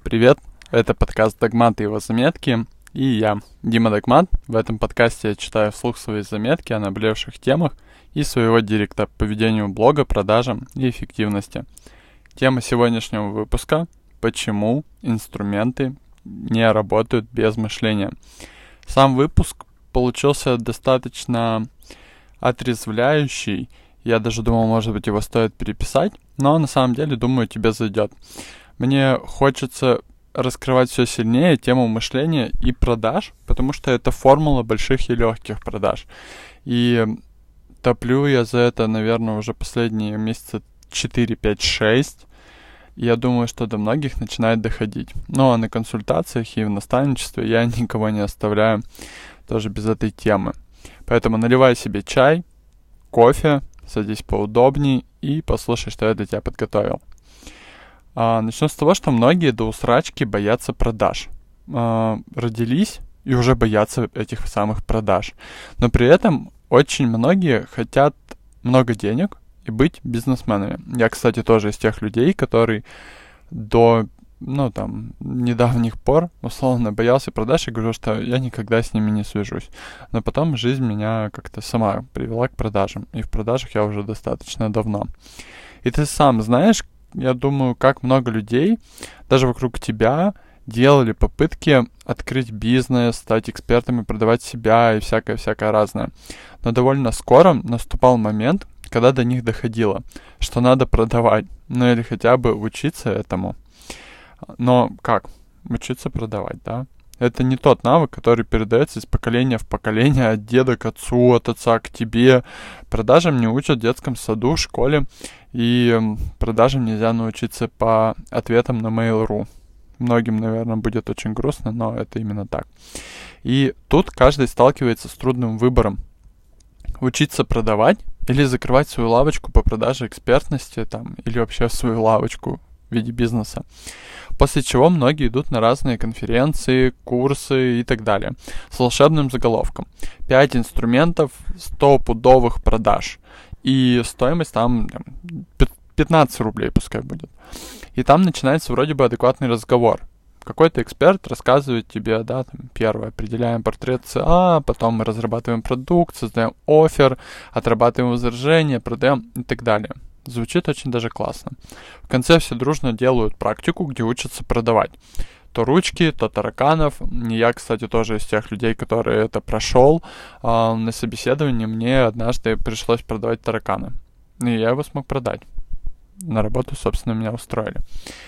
Привет, это подкаст Догмат и его заметки, и я, Дима Догмат. В этом подкасте я читаю вслух свои заметки о наболевших темах и своего директа по ведению блога, продажам и эффективности. Тема сегодняшнего выпуска – почему инструменты не работают без мышления. Сам выпуск получился достаточно отрезвляющий. Я даже думал, может быть, его стоит переписать, но на самом деле, думаю, тебе зайдет. Мне хочется раскрывать все сильнее тему мышления и продаж, потому что это формула больших и легких продаж. И топлю я за это, наверное, уже последние месяца 4, 5, 6. И я думаю, что до многих начинает доходить. Ну, а на консультациях и в наставничестве я никого не оставляю тоже без этой темы. Поэтому наливай себе чай, кофе, садись поудобней и послушай, что я для тебя подготовил. Начну с того, что многие до усрачки боятся продаж. Родились и уже боятся этих самых продаж. Но при этом очень многие хотят много денег и быть бизнесменами. Я, кстати, тоже из тех людей, который до недавних пор условно боялся продаж и говорю, что я никогда с ними не свяжусь. Но потом жизнь меня как-то сама привела к продажам. И в продажах я уже достаточно давно. И ты сам знаешь, я думаю, как много людей, даже вокруг тебя, делали попытки открыть бизнес, стать экспертами, продавать себя и всякое разное. Но довольно скоро наступал момент, когда до них доходило, что надо продавать, ну или хотя бы учиться этому. Но как? Учиться продавать, да? Это не тот навык, который передается из поколения в поколение, от деда к отцу, от отца к тебе. Продажам не учат в детском саду, в школе. И продажам нельзя научиться по ответам на Mail.ru. Многим, наверное, будет очень грустно, но это именно так. И тут каждый сталкивается с трудным выбором. Учиться продавать или закрывать свою лавочку по продаже экспертности или вообще свою лавочку в виде бизнеса. После чего многие идут на разные конференции, курсы и так далее с волшебным заголовком. 5 инструментов 100-пудовых продаж. И стоимость там 15 рублей пускай будет. И там начинается вроде бы адекватный разговор. Какой-то эксперт рассказывает тебе, первое, определяем портрет ЦА, потом мы разрабатываем продукт, создаем оффер, отрабатываем возражения, продаем и так далее. Звучит очень даже классно. В конце все дружно делают практику, где учатся продавать. То ручки, то тараканов. Я, кстати, тоже из тех людей, которые это прошел. На собеседовании мне однажды пришлось продавать таракана. И я его смог продать. На работу, собственно, меня устроили.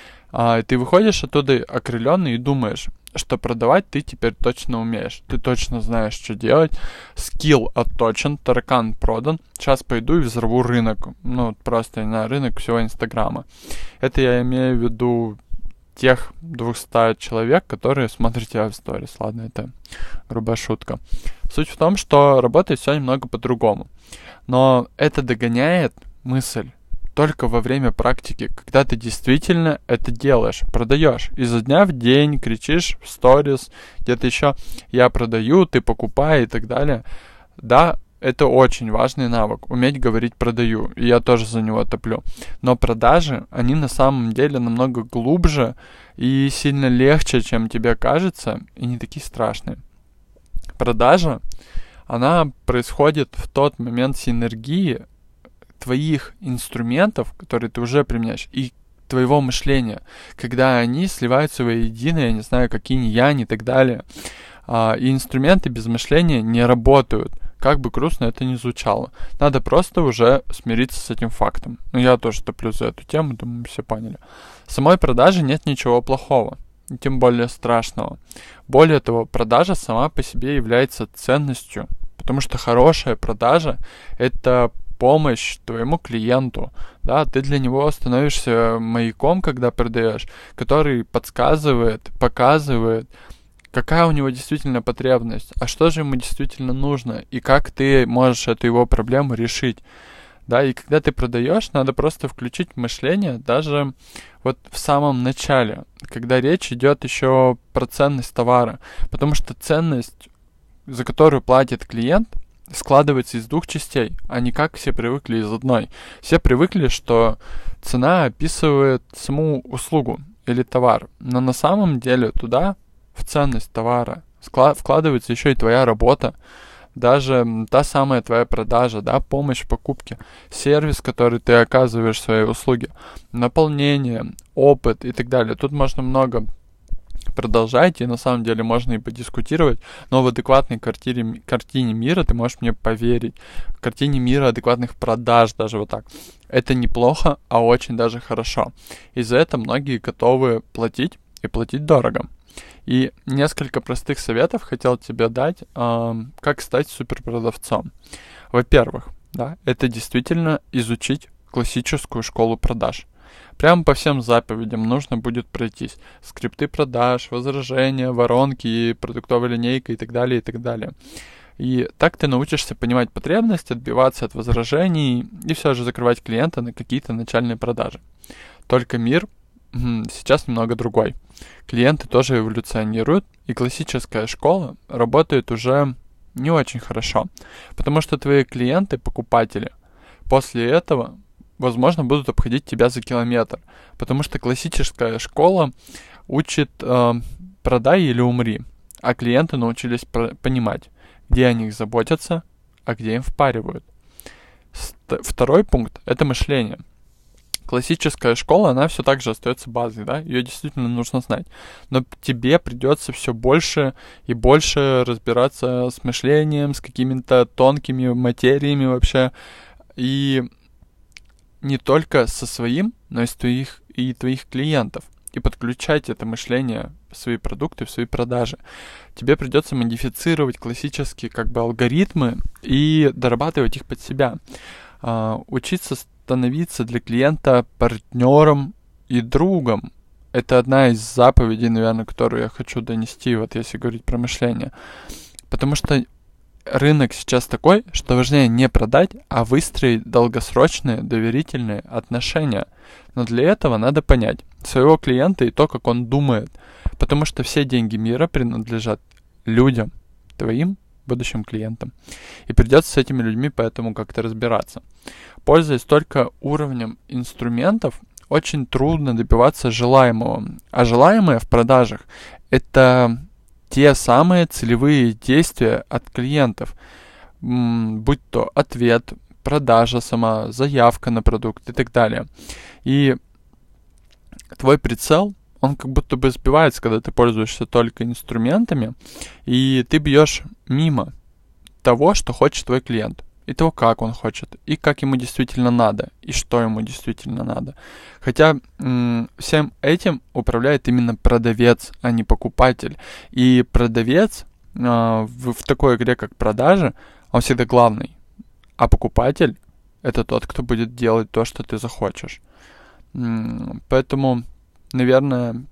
И ты выходишь оттуда окрыленный и думаешь, что продавать ты теперь точно умеешь. Ты точно знаешь, что делать. Скилл отточен, таракан продан. Сейчас пойду и взорву рынок. Просто на рынок всего Инстаграма. Это я имею в виду тех 200 человек, которые смотрят тебя в сторис. Ладно, это грубая шутка. Суть в том, что работает все немного по-другому. Но это догоняет мысль только во время практики, когда ты действительно это делаешь, продаешь. Изо дня в день кричишь в сторис, где-то еще я продаю, ты покупай и так далее. Да, это очень важный навык, уметь говорить продаю, и я тоже за него топлю. Но продажи, они на самом деле намного глубже и сильно легче, чем тебе кажется, и не такие страшные. Продажа, она происходит в тот момент синергии твоих инструментов, которые ты уже применяешь, и твоего мышления, когда они сливаются воедино, я не знаю, как инь-янь и так далее. И инструменты без мышления не работают, как бы грустно это ни звучало. Надо просто уже смириться с этим фактом. Я тоже топлю за эту тему, думаю, все поняли. В самой продаже нет ничего плохого, тем более страшного. Более того, продажа сама по себе является ценностью, потому что хорошая продажа — это помощь твоему клиенту, ты для него становишься маяком, когда продаешь, который подсказывает, показывает, какая у него действительно потребность, а что же ему действительно нужно, и как ты можешь эту его проблему решить. И когда ты продаешь, надо просто включить мышление даже в самом начале, когда речь идет еще про ценность товара, потому что ценность, за которую платит клиент, складывается из 2 частей, а не как все привыкли из одной. Все привыкли, что цена описывает саму услугу, или товар. Но на самом деле туда, в ценность товара, вкладывается еще и твоя работа, даже та самая твоя продажа, да, помощь в покупке, сервис, который ты оказываешь в своей услуге, наполнение, опыт и так далее. Тут можно много продолжать, и на самом деле можно и подискутировать, но в адекватной картине мира, ты можешь мне поверить, в картине мира адекватных продаж, даже вот так, это неплохо, а очень даже хорошо. И за это многие готовы платить, и платить дорого. И несколько простых советов хотел тебе дать, как стать суперпродавцом. Во-первых, да, это действительно изучить классическую школу продаж. Прямо по всем заповедям нужно будет пройтись. Скрипты продаж, возражения, воронки, продуктовая линейка и так далее, и так далее. И так ты научишься понимать потребность, отбиваться от возражений и все же закрывать клиента на какие-то начальные продажи. Только мир сейчас немного другой. Клиенты тоже эволюционируют, и классическая школа работает уже не очень хорошо, потому что твои клиенты, покупатели, после этого, возможно, будут обходить тебя за километр, потому что классическая школа учит продай или умри, а клиенты научились понимать, где о них заботятся, а где им впаривают. Второй пункт – это мышление. Классическая школа, она все так же остается базой, да, ее действительно нужно знать. Но тебе придется все больше и больше разбираться с мышлением, с какими-то тонкими материями вообще. И не только со своим, но и твоих клиентов. И подключать это мышление в свои продукты, в свои продажи. Тебе придется модифицировать классические алгоритмы и дорабатывать их под себя. Учиться становиться для клиента партнером и другом. Это одна из заповедей, наверное, которую я хочу донести, вот если говорить про мышление. Потому что рынок сейчас такой, что важнее не продать, а выстроить долгосрочные доверительные отношения. Но для этого надо понять своего клиента и то, как он думает. Потому что все деньги мира принадлежат людям, твоим будущим клиентам. И придется с этими людьми поэтому как-то разбираться. Пользуясь только уровнем инструментов, очень трудно добиваться желаемого. А желаемое в продажах – это те самые целевые действия от клиентов. Будь то ответ, продажа сама, заявка на продукт и так далее. И твой прицел, он как будто бы сбивается, когда ты пользуешься только инструментами, и ты бьешь мимо того, что хочет твой клиент, и того, как он хочет, и как ему действительно надо, и что ему действительно надо. Хотя всем этим управляет именно продавец, а не покупатель. И продавец в такой игре, как продажи, он всегда главный, а покупатель — это тот, кто будет делать то, что ты захочешь. Поэтому, наверное,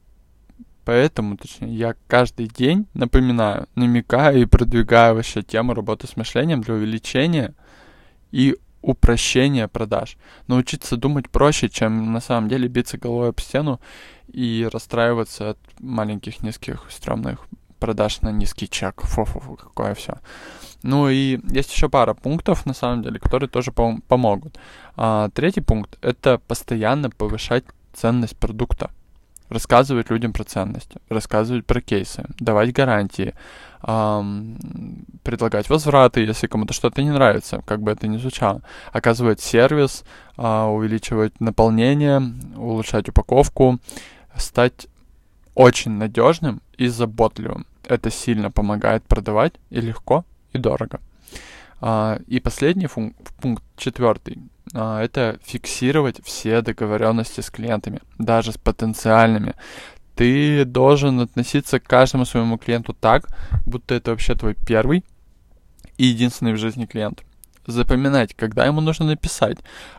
точнее, я каждый день напоминаю, намекаю и продвигаю вообще тему работы с мышлением для увеличения и упрощения продаж. Научиться думать проще, чем на самом деле биться головой об стену и расстраиваться от маленьких, низких, стрёмных продаж на низкий чек. Фу-фу-фу, какое все. Ну и есть еще пара пунктов, на самом деле, которые тоже помогут. Третий пункт — это постоянно повышать ценность продукта. Рассказывать людям про ценности, рассказывать про кейсы, давать гарантии, предлагать возвраты, если кому-то что-то не нравится, как бы это ни звучало, оказывать сервис, увеличивать наполнение, улучшать упаковку, стать очень надежным и заботливым. Это сильно помогает продавать и легко, и дорого. И последний пункт, четвертый, это фиксировать все договоренности с клиентами, даже с потенциальными. Ты должен относиться к каждому своему клиенту так, будто это вообще твой первый и единственный в жизни клиент. Запоминать, когда ему нужно написать.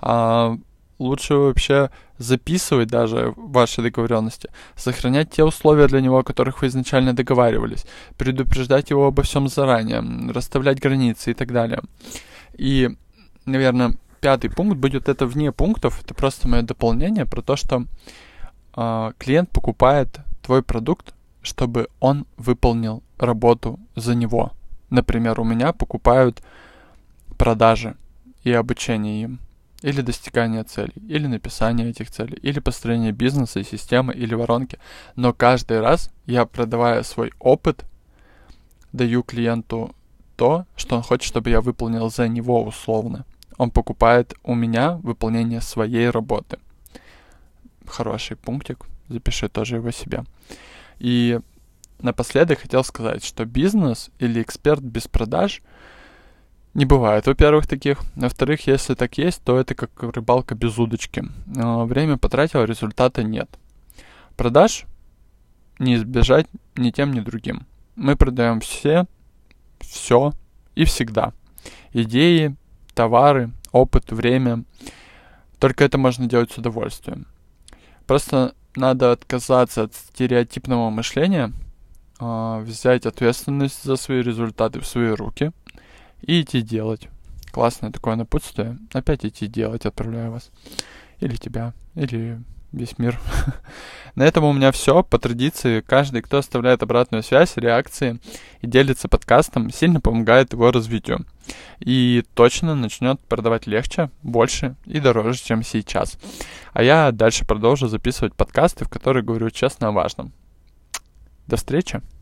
Лучше вообще записывать даже ваши договоренности, сохранять те условия для него, о которых вы изначально договаривались, предупреждать его обо всем заранее, расставлять границы и так далее. И, наверное, пятый пункт будет это вне пунктов, это просто мое дополнение про то, что клиент покупает твой продукт, чтобы он выполнил работу за него. Например, у меня покупают продажи и обучение им. или достигания целей, или написания этих целей, или построения бизнеса и системы, или воронки. Но каждый раз я, продавая свой опыт, даю клиенту то, что он хочет, чтобы я выполнил за него условно. Он покупает у меня выполнение своей работы. Хороший пунктик, запиши тоже его себе. И напоследок хотел сказать, что бизнес или эксперт без продаж не бывает, во-первых, таких. Во-вторых, если так есть, то это как рыбалка без удочки. Время потратил, результата нет. Продаж не избежать ни тем, ни другим. Мы продаем все и всегда. Идеи, товары, опыт, время. Только это можно делать с удовольствием. Просто надо отказаться от стереотипного мышления, взять ответственность за свои результаты в свои руки и идти делать. Классное такое напутствие. Опять идти делать, отправляю вас. Или тебя, или весь мир. На этом у меня все. По традиции, каждый, кто оставляет обратную связь, реакции и делится подкастом, сильно помогает его развитию. И точно начнет продавать легче, больше и дороже, чем сейчас. А я дальше продолжу записывать подкасты, в которых говорю честно о важном. До встречи!